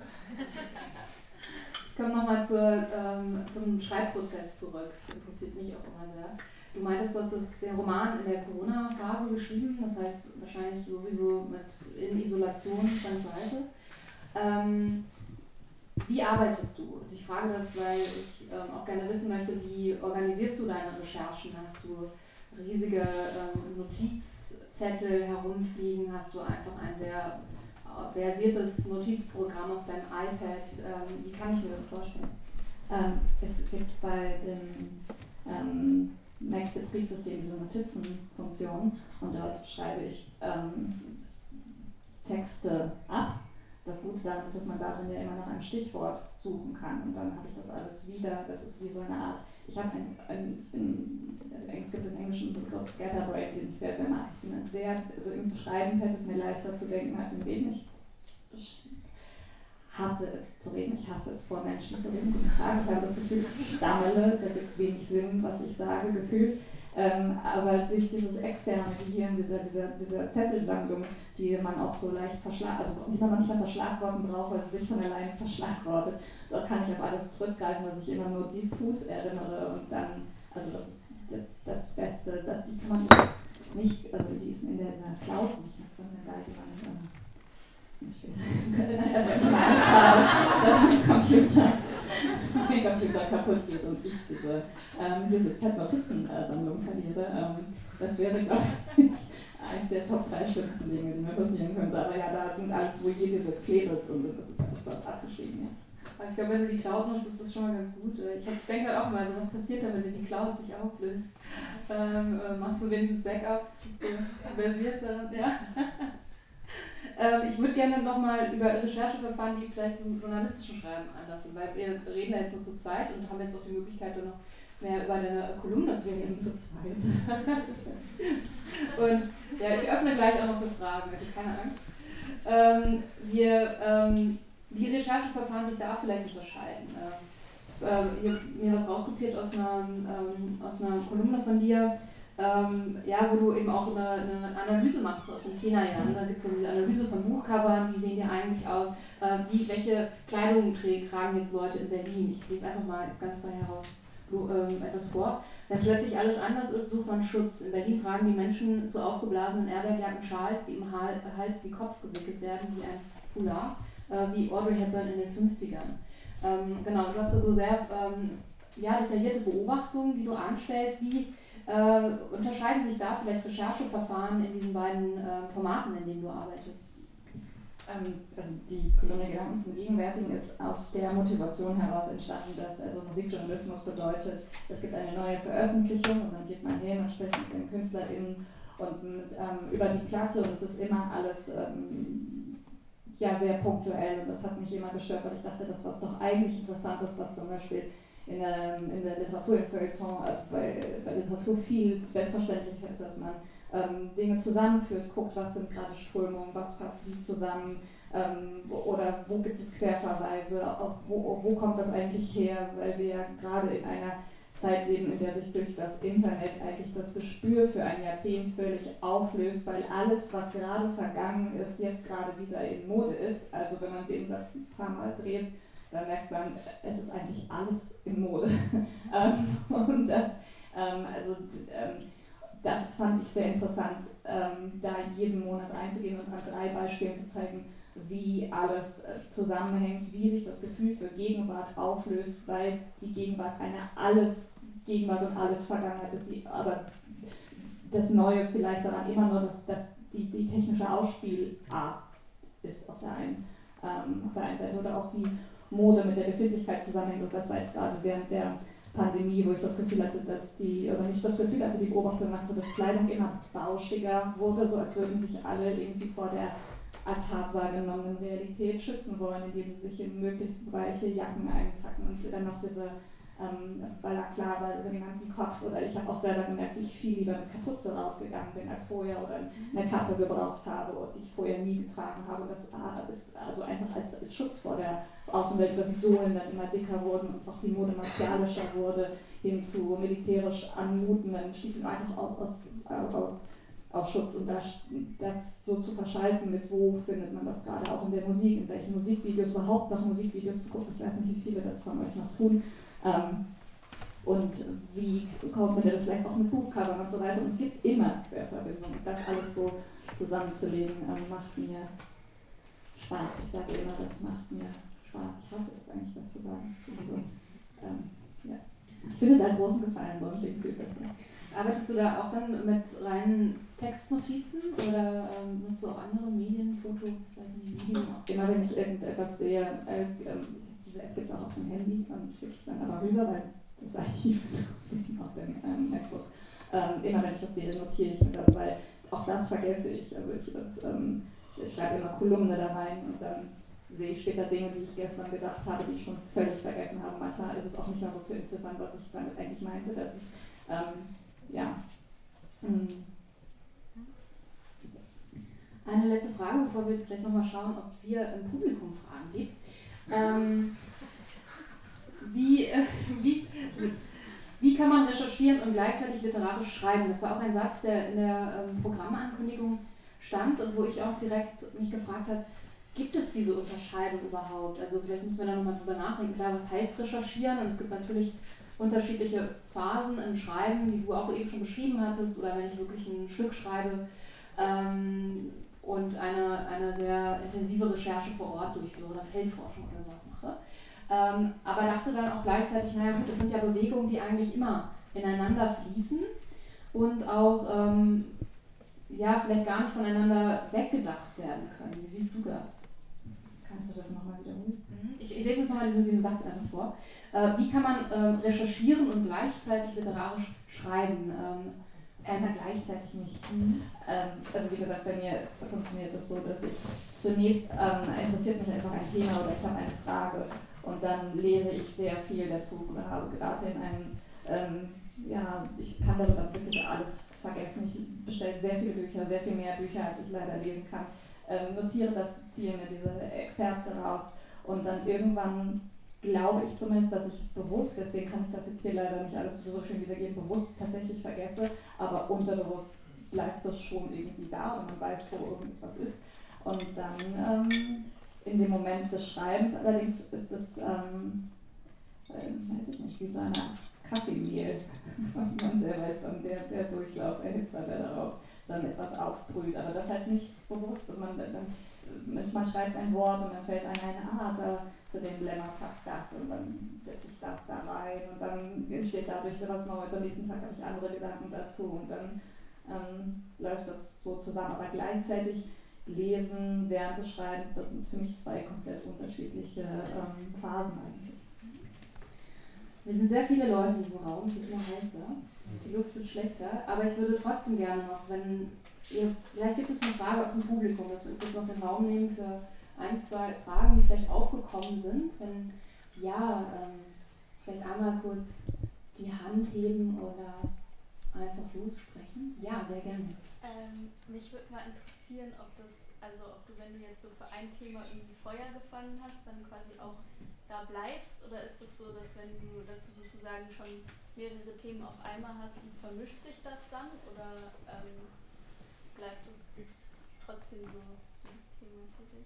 Ich komme nochmal zum Schreibprozess zurück. Das interessiert mich auch immer sehr. Du meintest, du hast den Roman in der Corona-Phase geschrieben, das heißt wahrscheinlich sowieso in Isolation zwangsweise. Wie arbeitest du? Und ich frage das, weil ich auch gerne wissen möchte, wie organisierst du deine Recherchen? Hast du riesige Notizzettel herumfliegen? Hast du einfach ein sehr versiertes Notizprogramm auf deinem iPad? Wie kann ich mir das vorstellen? Es gibt bei dem Mac-Betriebssystem diese Notizenfunktion und dort schreibe ich Texte ab. Das Gute daran ist, dass man darin ja immer nach einem Stichwort suchen kann und dann habe ich das alles wieder. Das ist wie so eine Art, es gibt den englischen Begriff Scatterbrain, den ich sehr, sehr mag. Ich bin dann also im Schreiben fällt es mir leichter zu denken als im Reden. Ich hasse es zu reden, ich hasse es vor Menschen zu reden. Ich habe das Gefühl, ich stammele, es ergibt wenig Sinn, was ich sage, gefühlt. Aber durch dieses externe Gehirn, dieser Zettelsammlung, die man auch so leicht die man nicht mehr verschlagworten braucht, weil sie sich von alleine verschlagwortet. Dort kann ich auf alles zurückgreifen, was ich immer nur diffus erinnere und dann, also das ist das Beste, die kann man jetzt nicht, also die ist in der Cloud nicht drin, da jemand dass mein Computer kaputt geht und ich diese Z-Notizen-Sammlung verliere. Das wäre, glaube ich, eines der Top 3 schlimmsten Dinge, die mir passieren könnte. Aber ja, da sind alles, wo jede klebt und das ist alles dort abgeschrieben. Ja. Aber ich glaube, wenn du die Cloud nutzt, ist das schon mal ganz gut. Ich denke halt auch mal, so was passiert dann, wenn die Cloud sich auflöst. Machst du wenigstens Backups? Bist du versiert daran? Ja. Ich würde gerne nochmal über Rechercheverfahren, die vielleicht zum journalistischen Schreiben anders sind, weil wir reden ja jetzt nur zu zweit und haben jetzt auch die Möglichkeit, dann noch mehr über deine Kolumne zu reden. Zu zweit. Und ja, ich öffne gleich auch noch für Fragen, also keine Angst. Wie Rechercheverfahren sich da vielleicht unterscheiden. Ich habe mir was rauskopiert aus einer Kolumne von dir, wo du eben auch eine Analyse machst aus den 10er Jahren. Da gibt es so eine Analyse von Buchcovern, wie sehen die eigentlich aus, welche Kleidung tragen jetzt Leute in Berlin. Ich lese einfach mal jetzt ganz frei heraus etwas vor. Wenn plötzlich alles anders ist, sucht man Schutz. In Berlin tragen die Menschen zu aufgeblasenen Airbag-Jacken Schals, die im Hals wie Kopf gewickelt werden, wie ein Foulard, wie Audrey Hepburn in den 50ern. Genau, du hast da so sehr detaillierte Beobachtungen, die du anstellst. Wie unterscheiden sich da vielleicht Rechercheverfahren in diesen beiden Formaten, in denen du arbeitest? Also die Kolumne Gedanken zum Gegenwärtigen ist aus der Motivation heraus entstanden, dass also Musikjournalismus bedeutet, es gibt eine neue Veröffentlichung und dann geht man hin und spricht mit den KünstlerInnen und über die Platte und es ist immer alles sehr punktuell und das hat mich immer gestört, weil ich dachte, das was doch eigentlich interessant ist, was zum Beispiel in der Literatur, im Feuilleton, also bei Literatur viel selbstverständlicher ist, dass man Dinge zusammenführt, guckt, was sind gerade Strömungen, was passt wie zusammen oder wo gibt es Querverweise, auch wo kommt das eigentlich her, weil wir ja gerade in einer Zeit leben, in der sich durch das Internet eigentlich das Gespür für ein Jahrzehnt völlig auflöst, weil alles, was gerade vergangen ist, jetzt gerade wieder in Mode ist. Also wenn man den Satz ein paar Mal dreht, dann merkt man, es ist eigentlich alles in Mode. Und das fand ich sehr interessant, da jeden Monat einzugehen und an 3 Beispielen zu zeigen, wie alles zusammenhängt, wie sich das Gefühl für Gegenwart auflöst, weil die Gegenwart Gegenwart und alles Vergangenheit ist, aber das Neue vielleicht daran immer nur, dass die technische Ausspielart ist auf der einen Seite oder auch wie Mode mit der Befindlichkeit zusammenhängt und das war jetzt gerade während der Pandemie, wo ich das Gefühl hatte, die Beobachtung machte, dass Kleidung immer bauschiger wurde, so als würden sich alle irgendwie vor der als hart wahrgenommenen Realität schützen wollen, indem sie sich in möglichst weiche Jacken einpacken und dann noch diese Balaklava, also den ganzen Kopf, oder ich habe auch selber gemerkt, wie ich viel lieber mit Kapuze rausgegangen bin als vorher oder eine Kappe gebraucht habe und die ich vorher nie getragen habe. Das ist also einfach als Schutz vor der Außenwelt, weil die Sohlen dann immer dicker wurden und auch die Mode martialischer wurde, hin zu militärisch anmutenden Stiefeln, einfach aus Schutz und das so zu verschalten mit, wo findet man das gerade auch in der Musik, in welchen Musikvideos, überhaupt noch Musikvideos zu gucken, ich weiß nicht, wie viele das von euch noch tun, und wie kommt man das vielleicht auch mit Buchcovern und so weiter, und es gibt immer Querverbindungen, das alles so zusammenzulegen, macht mir Spaß, ich sage immer, das macht mir Spaß. Ich hasse das eigentlich, was zu sagen. Also, ja. Ich finde da großen Gefallen beim Stinkbüchern. Arbeitest du da auch dann mit reinen Textnotizen oder nutzt du auch andere Medien, Fotos, weiß nicht, Videos? Immer wenn ich irgendetwas sehe, diese App gibt es auch auf dem Handy und schicke ich dann aber rüber, weil das Archiv ist auf dem MacBook. Immer wenn ich das sehe, notiere ich mir das, weil auch das vergesse ich. Also ich schreibe immer Kolumne da rein und dann sehe ich später Dinge, die ich gestern gedacht habe, die ich schon völlig vergessen habe. Manchmal ist es auch nicht mehr so zu entziffern, was ich damit eigentlich meinte. Das ist, ja. Eine letzte Frage, bevor wir vielleicht nochmal schauen, ob es hier im Publikum Fragen gibt. Wie kann man recherchieren und gleichzeitig literarisch schreiben? Das war auch ein Satz, der in der Programmankündigung stand und wo ich auch direkt mich gefragt habe, gibt es diese Unterscheidung überhaupt? Also vielleicht müssen wir da nochmal drüber nachdenken. Klar, was heißt recherchieren? Und es gibt natürlich unterschiedliche Phasen im Schreiben, die du auch eben schon beschrieben hattest, oder wenn ich wirklich ein Stück schreibe und eine sehr intensive Recherche vor Ort durchführe oder Feldforschung oder sowas mache. Aber dachte dann auch gleichzeitig, naja gut, das sind ja Bewegungen, die eigentlich immer ineinander fließen und auch vielleicht gar nicht voneinander weggedacht werden können. Wie siehst du das? Kannst du das nochmal wiederholen? Ich lese jetzt nochmal diesen Satz einfach vor. Wie kann man recherchieren und gleichzeitig literarisch schreiben? Gleichzeitig nicht. Also wie gesagt, bei mir funktioniert das so, dass ich zunächst interessiert mich einfach ein Thema oder ich habe eine Frage und dann lese ich sehr viel dazu, habe gerade in einem, ich kann darüber wirklich alles vergessen. Ich bestelle sehr viele Bücher, sehr viel mehr Bücher, als ich leider lesen kann, notiere das, ziehe mir diese Exzerpte raus und dann irgendwann glaube ich zumindest, dass ich es bewusst, deswegen kann ich das jetzt hier leider nicht alles so schön wiedergeben, bewusst tatsächlich vergesse, aber unterbewusst bleibt das schon irgendwie da und man weiß, wo irgendwas ist. Und dann in dem Moment des Schreibens allerdings ist es, weiß ich nicht, wie so eine Kaffeemehl, was man selber ist, dann der Durchlauferhitzer, der daraus dann etwas aufbrüht, aber das halt nicht bewusst. Und man schreibt ein Wort und dann fällt einem da zu dem Lemma passt das und dann setze ich das da rein und dann entsteht dadurch wieder was Neues. Am nächsten Tag habe ich andere Gedanken dazu und dann läuft das so zusammen. Aber gleichzeitig lesen während des Schreibens, das sind für mich zwei komplett unterschiedliche Phasen eigentlich. Wir sind sehr viele Leute in diesem Raum, es wird immer heißer, die Luft wird schlechter, aber ich würde trotzdem gerne noch, vielleicht gibt es eine Frage aus dem Publikum, dass wir uns jetzt noch den Raum nehmen für ein, zwei Fragen, die vielleicht aufgekommen sind. Wenn vielleicht einmal kurz die Hand heben oder einfach lossprechen. Ja, sehr gerne. Mich würde mal interessieren, ob du, wenn du jetzt so für ein Thema irgendwie Feuer gefangen hast, dann quasi auch da bleibst, oder ist es so, dass du sozusagen schon mehrere Themen auf einmal hast und vermischt sich das dann, oder bleibt es trotzdem so dieses Thema für dich?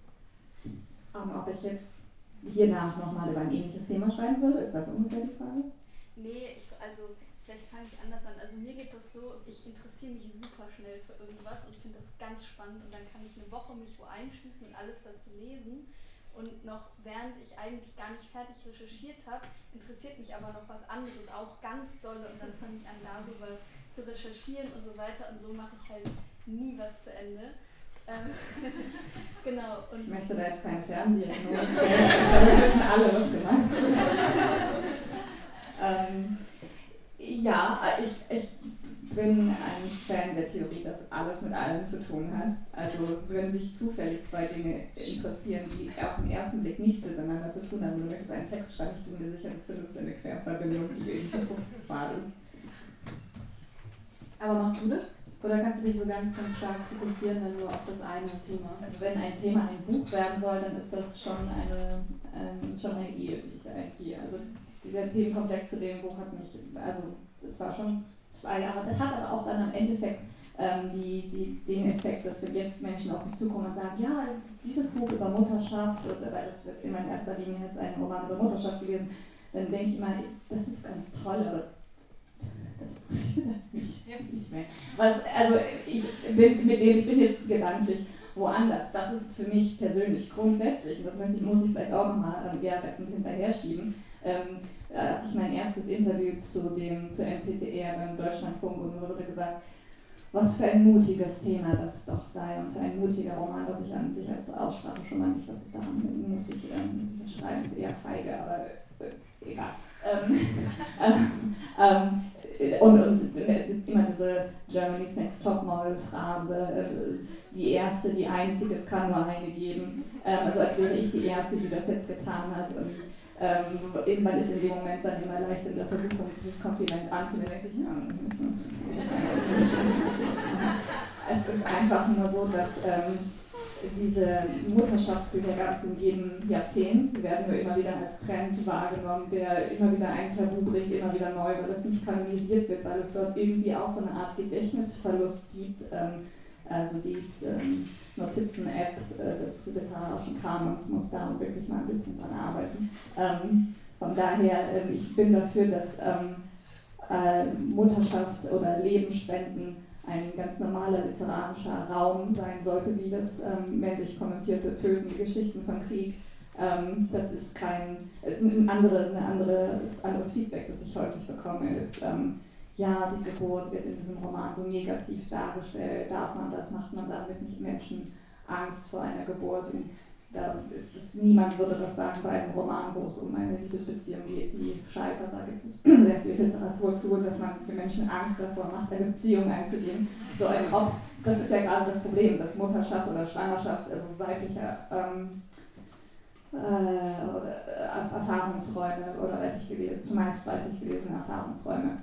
Ob ich jetzt hiernach nochmal über ein ähnliches Thema schreiben würde, ist das ungefähr die Frage? Nee, vielleicht fange ich anders an. Also mir geht das so, ich interessiere mich super schnell für irgendwas und finde das ganz spannend und dann kann ich eine Woche mich wo einschließen und alles dazu lesen. Und noch während ich eigentlich gar nicht fertig recherchiert habe, interessiert mich aber noch was anderes, auch ganz dolle, und dann fange ich an, darüber zu recherchieren und so weiter, und so mache ich halt nie was zu Ende. Genau. Und ich möchte da jetzt keine Ferndiagnose stellen, aber wir wissen alle, was gemeint ist. Ich bin ein Fan der Theorie, dass alles mit allem zu tun hat. Also wenn sich zufällig zwei Dinge interessieren, die auf den ersten Blick nichts miteinander zu tun haben, du möchtest einen Text schreiben, ich bin mir sicher, du findest eine Querverbindung, die irgendwie fruchtbar ist. Aber machst du das? Oder kannst du dich so ganz, ganz stark fokussieren dann nur auf das eine Thema? Also wenn ein Thema ein Buch werden soll, dann ist das schon eine Ehe, die ich eingehe. Also der Themenkomplex zu dem Buch hat mich, also es war schon 2 Jahre, das hat aber auch dann am Endeffekt den Effekt, dass wenn jetzt Menschen auf mich zukommen und sagen, ja, dieses Buch über Mutterschaft, weil das wird immer in erster Linie jetzt ein Roman über Mutterschaft gewesen, dann denke ich immer, das ist ganz toll, aber das interessiert mich jetzt nicht mehr. Ich bin jetzt gedanklich woanders. Das ist für mich persönlich grundsätzlich, und das muss ich vielleicht auch nochmal wertend hinterher schieben, hatte ich mein erstes Interview zur NTTR beim Deutschlandfunk und mir wurde gesagt, was für ein mutiges Thema das doch sei und für ein mutiger Roman, was ich an sich als Aussprache schon mal nicht, was ist daran mutig, das Schreiben ist eher feige, aber egal. Und immer diese Germany's Next Topmodel-Phrase, die erste, die einzige, es kann nur eine geben, also als wäre ich die Erste, die das jetzt getan hat. Und man ist in dem Moment dann immer leicht in der Versuchung, dieses Kompliment anzunehmen. Es ist einfach nur so, dass diese Mutterschaftsbücher gab es in jedem Jahrzehnt, die werden nur immer wieder als Trend wahrgenommen, der immer wieder ein Tabu bricht, immer wieder neu, weil es nicht kanonisiert wird, weil es dort irgendwie auch so eine Art Gedächtnisverlust gibt. Also die Notizen-App des literarischen Kanons muss da wirklich mal ein bisschen dran arbeiten. Von daher, ich bin dafür, dass Mutterschaft oder Lebensspenden ein ganz normaler literarischer Raum sein sollte, wie das männlich kommentierte Töten, die Geschichten von Krieg. Das ist ein anderes Feedback, das ich häufig bekomme, ist, ja, die Geburt wird in diesem Roman so negativ dargestellt, darf man das, macht man damit nicht Menschen Angst vor einer Geburt? Und da ist es, niemand würde das sagen bei einem Roman, wo es um eine Liebesbeziehung geht, die scheitert. Da gibt es sehr viel Literatur zu, dass man den Menschen Angst davor macht, eine Beziehung einzugehen. So als ob, das ist ja gerade das Problem, dass Mutterschaft oder Schwangerschaft, also weibliche Erfahrungsräume oder zumeist weiblich gelesene Erfahrungsräume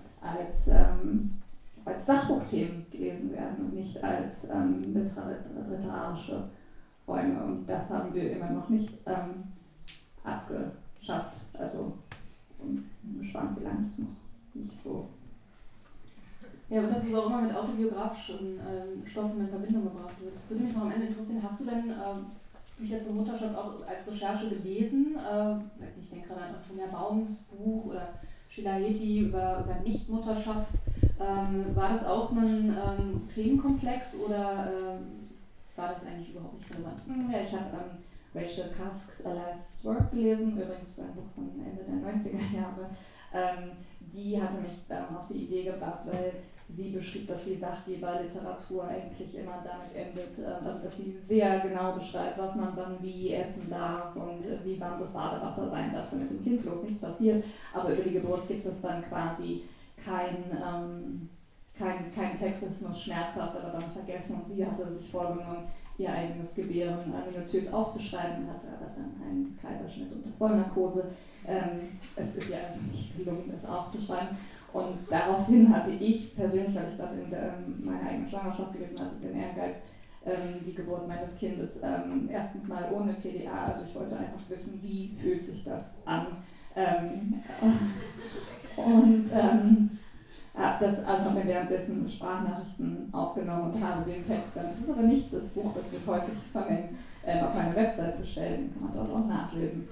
als Sachbuchthemen gelesen werden und nicht als literarische Räume. Und das haben wir immer noch nicht abgeschafft. Also bin gespannt, wie lange das noch nicht so. Ja, und das ist auch immer mit autobiografischen Stoffen in Verbindung gebracht wird. Das würde mich noch am Ende interessieren. Hast du denn Bücher zur Mutterschaft auch als Recherche gelesen? Ich denke gerade an Antonia Baums Buch oder Sheila Heti über Nichtmutterschaft. War das auch ein Themenkomplex oder war das eigentlich überhaupt nicht relevant? Ja, ich habe Rachel Cusks A Life's Work gelesen, übrigens ein Buch von Ende der 90er Jahre. Die hatte mich auf die Idee gebracht, weil sie beschrieb, dass die Sachgeberliteratur eigentlich immer damit endet, also dass sie sehr genau beschreibt, was man wann wie essen darf und wie warm das Badewasser sein darf, damit dem Kind bloß nichts passiert. Aber über die Geburt gibt es dann quasi kein Text, das nur schmerzhaft oder dann vergessen. Und sie hatte sich vorgenommen, ihr eigenes Gebären minutiös aufzuschreiben, hatte aber dann einen Kaiserschnitt unter Vollnarkose. Es ist ja nicht gelungen, das aufzuschreiben. Und daraufhin hatte ich persönlich, weil ich das in meiner eigenen Schwangerschaft gelesen hatte, den Ehrgeiz, die Geburt meines Kindes erstens mal ohne PDA, also ich wollte einfach wissen, wie fühlt sich das an. Habe das also mir währenddessen Sprachnachrichten aufgenommen und habe den Text dann, das ist aber nicht das Buch, das wird häufig vermengt, auf meine Website gestellt, kann man dort auch nachlesen.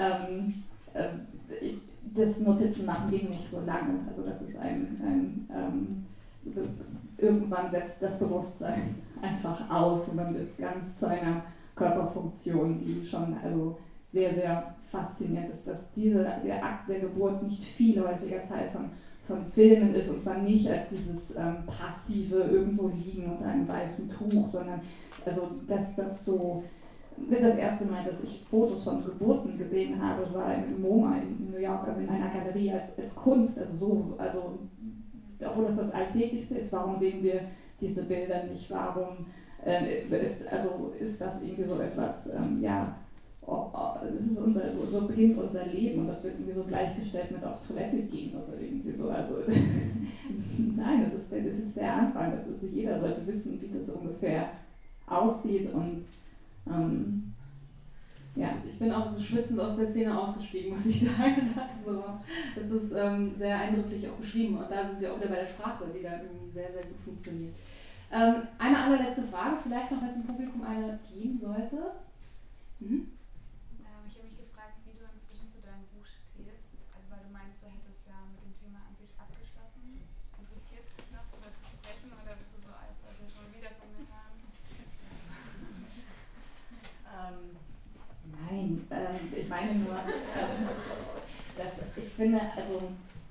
Das Notizenmachen ging nicht so lange, also das ist irgendwann setzt das Bewusstsein einfach aus und dann wird es ganz zu einer Körperfunktion, die schon also sehr, sehr faszinierend ist, dass der Akt der Geburt nicht viel häufiger Teil von Filmen ist, und zwar nicht als dieses passive irgendwo liegen unter einem weißen Tuch, sondern also dass das so. Das erste Mal, dass ich Fotos von Geburten gesehen habe, war im MoMA in New York, also in einer Galerie als Kunst, also obwohl das Alltäglichste ist, warum sehen wir diese Bilder nicht, warum ist das irgendwie so etwas, das ist so beginnt unser Leben und das wird irgendwie so gleichgestellt mit auf Toilette gehen oder irgendwie so, also nein, das ist der Anfang, jeder sollte wissen, wie das ungefähr aussieht und ja. Ich bin auch so schwitzend aus der Szene ausgestiegen, muss ich sagen. Das ist sehr eindrücklich auch beschrieben und da sind wir auch wieder bei der Sprache, die da irgendwie sehr, sehr gut funktioniert. Eine allerletzte Frage, vielleicht noch, wenn es im Publikum eine geben sollte. Mhm. Ich habe mich gefragt, wie du inzwischen zu deinem Buch stehst, also weil du meinst, du hättest ja mit dem Thema an sich abgeschlossen. Interessiert es dich noch, darüber zu sprechen oder bist du so, als wollt ihr schon wieder von mir hören? finde, also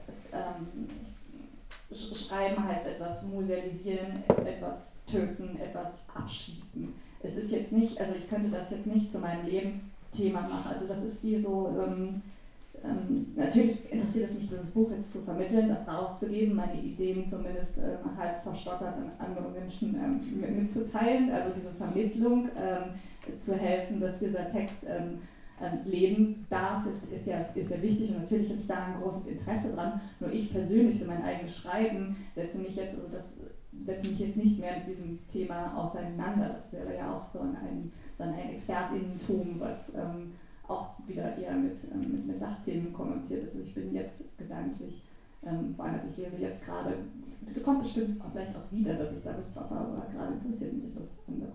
Schreiben heißt etwas musealisieren, etwas töten, etwas abschießen. Es ist jetzt nicht, also ich könnte das jetzt nicht zu meinem Lebensthema machen. Also das ist wie so, natürlich interessiert es mich, dieses Buch jetzt zu vermitteln, das rauszugeben, meine Ideen zumindest halt verstottert an andere Menschen mitzuteilen. Also diese Vermittlung zu helfen, dass dieser Text leben darf, ist ja wichtig und natürlich habe ich da ein großes Interesse dran. Nur ich persönlich für mein eigenes Schreiben setze mich jetzt nicht mehr mit diesem Thema auseinander. Das wäre ja auch so ein Expertinnentum, was auch wieder eher mit Sachthemen kommentiert ist. Also ich bin jetzt gedanklich, vor allem, also ich lese jetzt gerade, das kommt bestimmt auch vielleicht auch wieder, dass ich da Lust drauf habe, aber gerade interessiert mich das andere.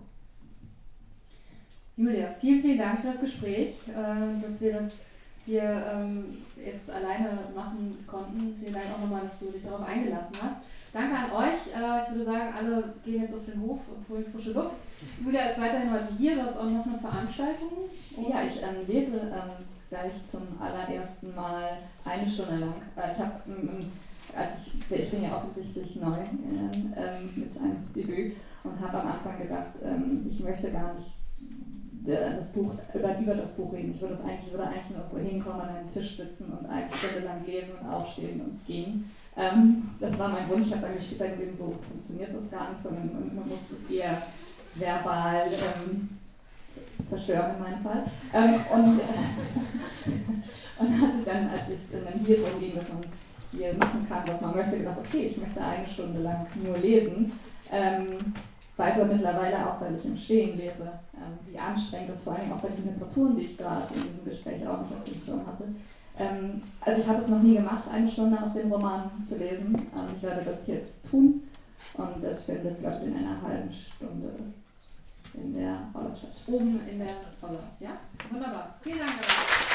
Julia, vielen, vielen Dank für das Gespräch, dass wir das hier jetzt alleine machen konnten. Vielen Dank auch nochmal, dass du dich darauf eingelassen hast. Danke an euch. Ich würde sagen, alle gehen jetzt auf den Hof und holen frische Luft. Julia ist weiterhin heute hier. Du hast auch noch eine Veranstaltung. Ja, ich lese gleich zum allerersten Mal eine Stunde lang. Ich bin ja offensichtlich neu mit einem Debüt und habe am Anfang gedacht, ich möchte gar nicht über das Buch reden. Ich würde eigentlich nur irgendwo hinkommen, an einem Tisch sitzen und eine Stunde lang lesen und aufstehen und gehen. Das war mein Wunsch. Ich habe dann später gesehen, so funktioniert das gar nicht, sondern man muss es eher verbal zerstören in meinem Fall. Und hatte dann, als es dann hier darum ging, dass man hier machen kann, was man möchte, gedacht, okay, ich möchte eine Stunde lang nur lesen. Weiß aber mittlerweile auch, weil ich im Stehen lese, wie anstrengend das vor allem auch bei diesen Temperaturen, die ich gerade in diesem Gespräch auch nicht auf dem Schirm hatte. Also ich habe es noch nie gemacht, eine Stunde aus dem Roman zu lesen. Ich werde das jetzt tun und das findet, glaube ich, in einer halben Stunde in der Rolle statt. Oben in der Rolle, ja? Wunderbar. Vielen Dank.